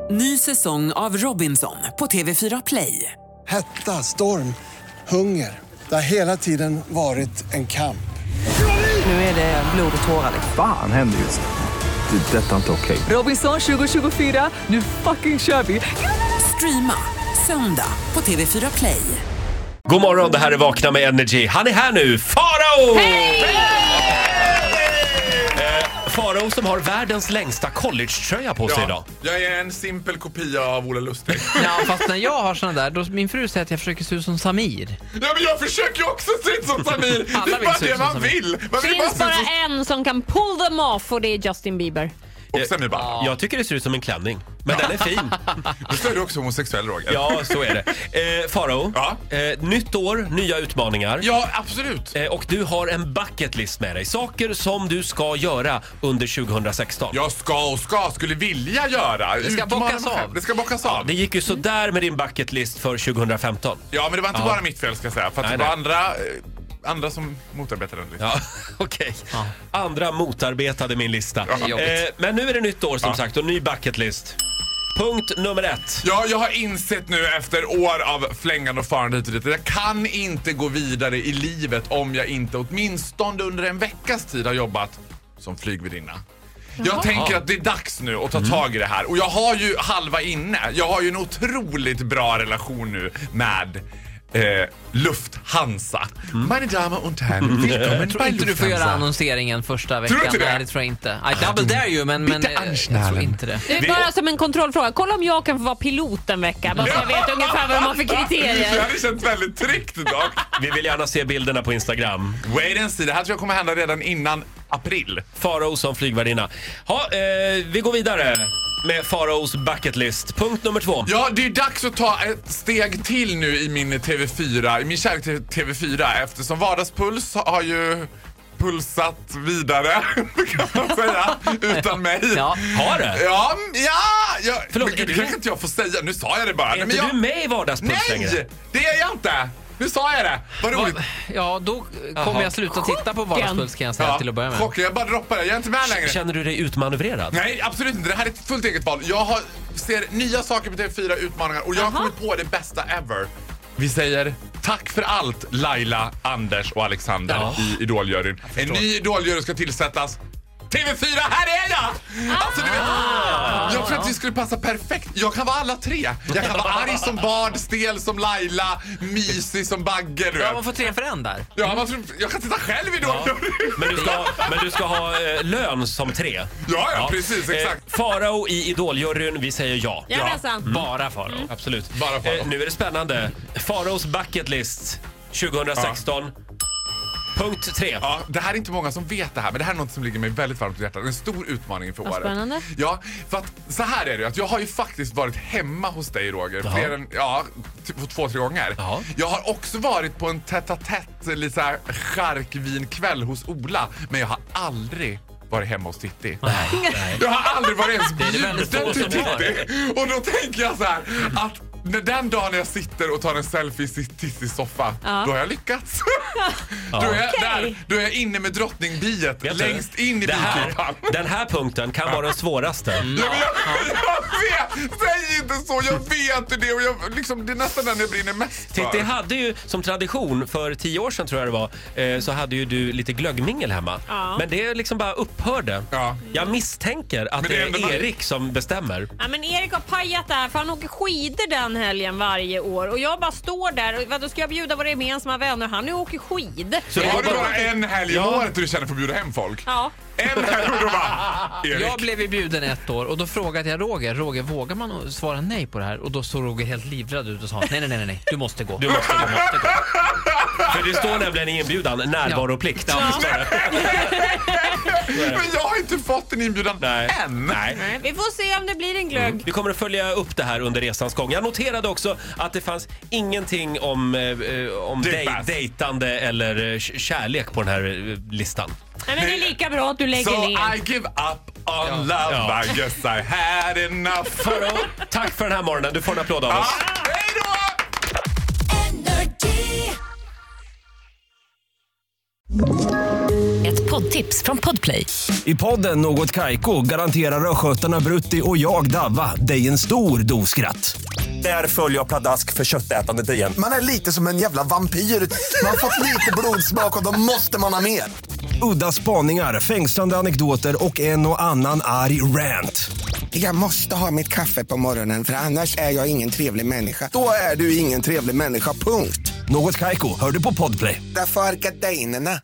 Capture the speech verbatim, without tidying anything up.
Ny säsong av Robinson på T V fyra Play. Hetta, storm, hunger. Det har hela tiden varit en kamp. Nu är det blod och tårar. Fan händer just det. Det är detta inte okej. Robinson tjugo tjugofyra, nu fucking kör vi. Streama söndag på T V fyra Play. God morgon, det här är Vakna med Energy. Han är här nu, Farao! Hej! Eh, Farao som har världens längsta college-tröja på sig Ja, idag. jag är en simpel kopia av Ola Lustig. Ja, fast när jag har såna där, då min fru säger att jag försöker se ut som Samir. Ja, men jag försöker ju också se ut som Samir. Alla Det är bara vill se ut det som man Samir. vill. Man vill finns bara bara se ut som... en som kan pull them off och det är Justin Bieber. Och sen är bara... Ja. Jag tycker det ser ut som en klänning, men den är fin. Du är du också homosexuell, Roger. Ja, så är det. Eh, Farao, Ja. eh, nytt år, nya utmaningar. Ja, absolut. Eh, och du har en bucket list med dig. Saker som du ska göra under tjugohundrasexton. Jag ska och ska, skulle vilja göra. Det ska Utmana bockas mig själv. av. Det ska bockas Ja, av. det gick ju så där med din bucket list för tjugohundrafemton. Ja, men det var inte Ja. bara mitt fel, ska jag säga. För att Nej, det var nej. andra... eh, Andra som motarbetade den. Ja, okej. Ja. Andra motarbetade min lista. Ja. Jobbigt. Eh, men nu är det nytt år som Ja. sagt och ny bucket list. Punkt nummer ett. Ja, jag har insett nu efter år av flängande och farande hit och dit att jag kan inte gå vidare i livet om jag inte åtminstone under en veckas tid har jobbat som flygvärdinna. Jag tänker att det är dags nu att ta tag i det här. Och jag har ju halva inne. Jag har ju en otroligt bra relation nu med eh, Lufthansa. Meine Damen und Herren, välkommen Jag tror inte du får göra annonseringen första veckan. du inte det? Nej, det tror jag inte. I double dare you, men, men Bitte eh, jag anschnallen. tror inte det. Det är bara som en kontrollfråga. Kolla om jag kan få vara pilot en vecka. Bara så jag vet ungefär vad de har för Det kriterier. hade känts väldigt tryggt idag. Vi vill gärna se bilderna på Instagram. Wait and see, det här tror jag kommer hända redan innan april. Farao som flygvärdinna. Ha, eh, vi går vidare med Faraos bucket list. Punkt nummer två. Ja, det är dags att ta ett steg till nu i min T V fyra, i min kärlek till T V fyra, eftersom Vardagspuls har ju pulsat vidare, kan man säga, utan mig. Ja. Har det? Ja, ja, ja. Förlåt, men gud, är det du- kanske inte jag får säga. Nu sa jag det bara. Är Nej, inte men jag... du med i Vardagspuls längre? Nej, det är jag inte. Nu sa jag det. Vad roligt. Va- Ja, då kommer jag sluta titta på Vardagspuls, kan jag säga till att börja med. chocken, jag bara droppar det. Jag är inte med längre. Känner du dig utmanövrerad? Nej, absolut inte. Det här är ett fullt eget val. Jag har, ser nya saker på T V fyra, utmaningar, och jag har Aha. kommit på det bästa ever. Vi säger tack för allt, Laila, Anders och Alexander Ja. i Idoljuryn. En ny Idoljury ska tillsättas. T V fyra, här är jag! Alltså, du vet, jag tror att vi skulle passa perfekt. Jag kan vara alla tre. Jag kan vara arg som Bard, stel som Laila, mysig som Bagge, du Ja, vet. man får tre för en där. Ja, man tror, jag kan sitta själv i Idoljury. Men du ska, men du ska ha eh, lön som tre. Ja, ja, precis, exakt. Eh, Farao i Idoljuryn, vi säger ja. Jajamensan. Bara Farao, absolut. Bara Farao. Eh, nu är det spännande. Faraos bucket list tjugohundrasexton. Punkt tre. Ja, det här är inte många som vet det här, men det här är något som ligger mig väldigt varmt om hjärtat. En stor utmaning för Vad året. spännande. Ja, för att så här är det ju, att jag har ju faktiskt varit hemma hos dig, Roger, Jaha. fler än, ja, typ två, tre gånger. Jaha. Jag har också varit på en tätt-a-tätt, lite så här charkvinkväll hos Ola, men jag har aldrig varit hemma hos Titti. Nej, nej. Jag har aldrig varit ens det väldigt bjuden få till som har. Titti. Och då tänker jag så här, att när den dagen jag sitter och tar en selfie i Tittis soffa, Ja. då har jag lyckats. Då, är jag Okej. där, då är jag inne med drottningbiet, Vet du, längst in i det här, bikupan. Den här punkten kan vara den svåraste. Ja, men jag, jag vet! Säg inte så, jag vet det, och jag, liksom, det är nästan den jag brinner mest för. Titti hade ju som tradition för tio år sedan, tror jag det var, eh, så hade ju du lite glöggmingel hemma. Ja. Men det liksom bara upphörde. Ja. Jag misstänker att Men det det är är ändå- Erik som bestämmer. Ja, men Erik har pajat det här, för han åker skidor den helgen varje år. Och jag bara står där och vad, då ska jag bjuda våra gemensamma vänner. Han nu åker skid. Så Har det du var bara en helg i Ja. året och du känner för att bjuda hem folk? Ja. En helg och då bara, Erik. Jag blev ju bjuden ett år och då frågade jag Roger, Roger, vågar man svara nej på det här? Och då såg Roger helt livrädd ut och sa, nej, nej, nej, nej, du måste gå. Du måste, du måste gå. För det står nämligen i inbjudan, närvaroplikt. Ja. Men jag har inte fått en inbjudan Nej. än. Nej. Nej, vi får se om det blir en glögg. Vi kommer att följa upp det här under resans gång. Jag noterade också att det fanns ingenting om, eh, om Dick dej, bass. dejtande eller eh, kärlek på den här eh, listan. Nej, men det är lika bra att du lägger So ner. I give up on love, Ja. I guess I had enough. Farao, tack för den här morgonen. Du får en applåd av Ja, oss. hej då! Ett Ett poddtips från Podplay. I podden Något Kaiko garanterar skötarna Brutti och jag Davva dig en stor doskratt. Där följer jag pladask för köttätandet igen. Man är lite som en jävla vampyr. Man har fått lite blodsmak och då måste man ha mer. Udda spaningar, fängslande anekdoter och en och annan arg rant. Jag måste ha mitt kaffe på morgonen för annars är jag ingen trevlig människa. Då är du ingen trevlig människa, punkt. Något Kaiko, hör du på Podplay. Därför är gardinerna.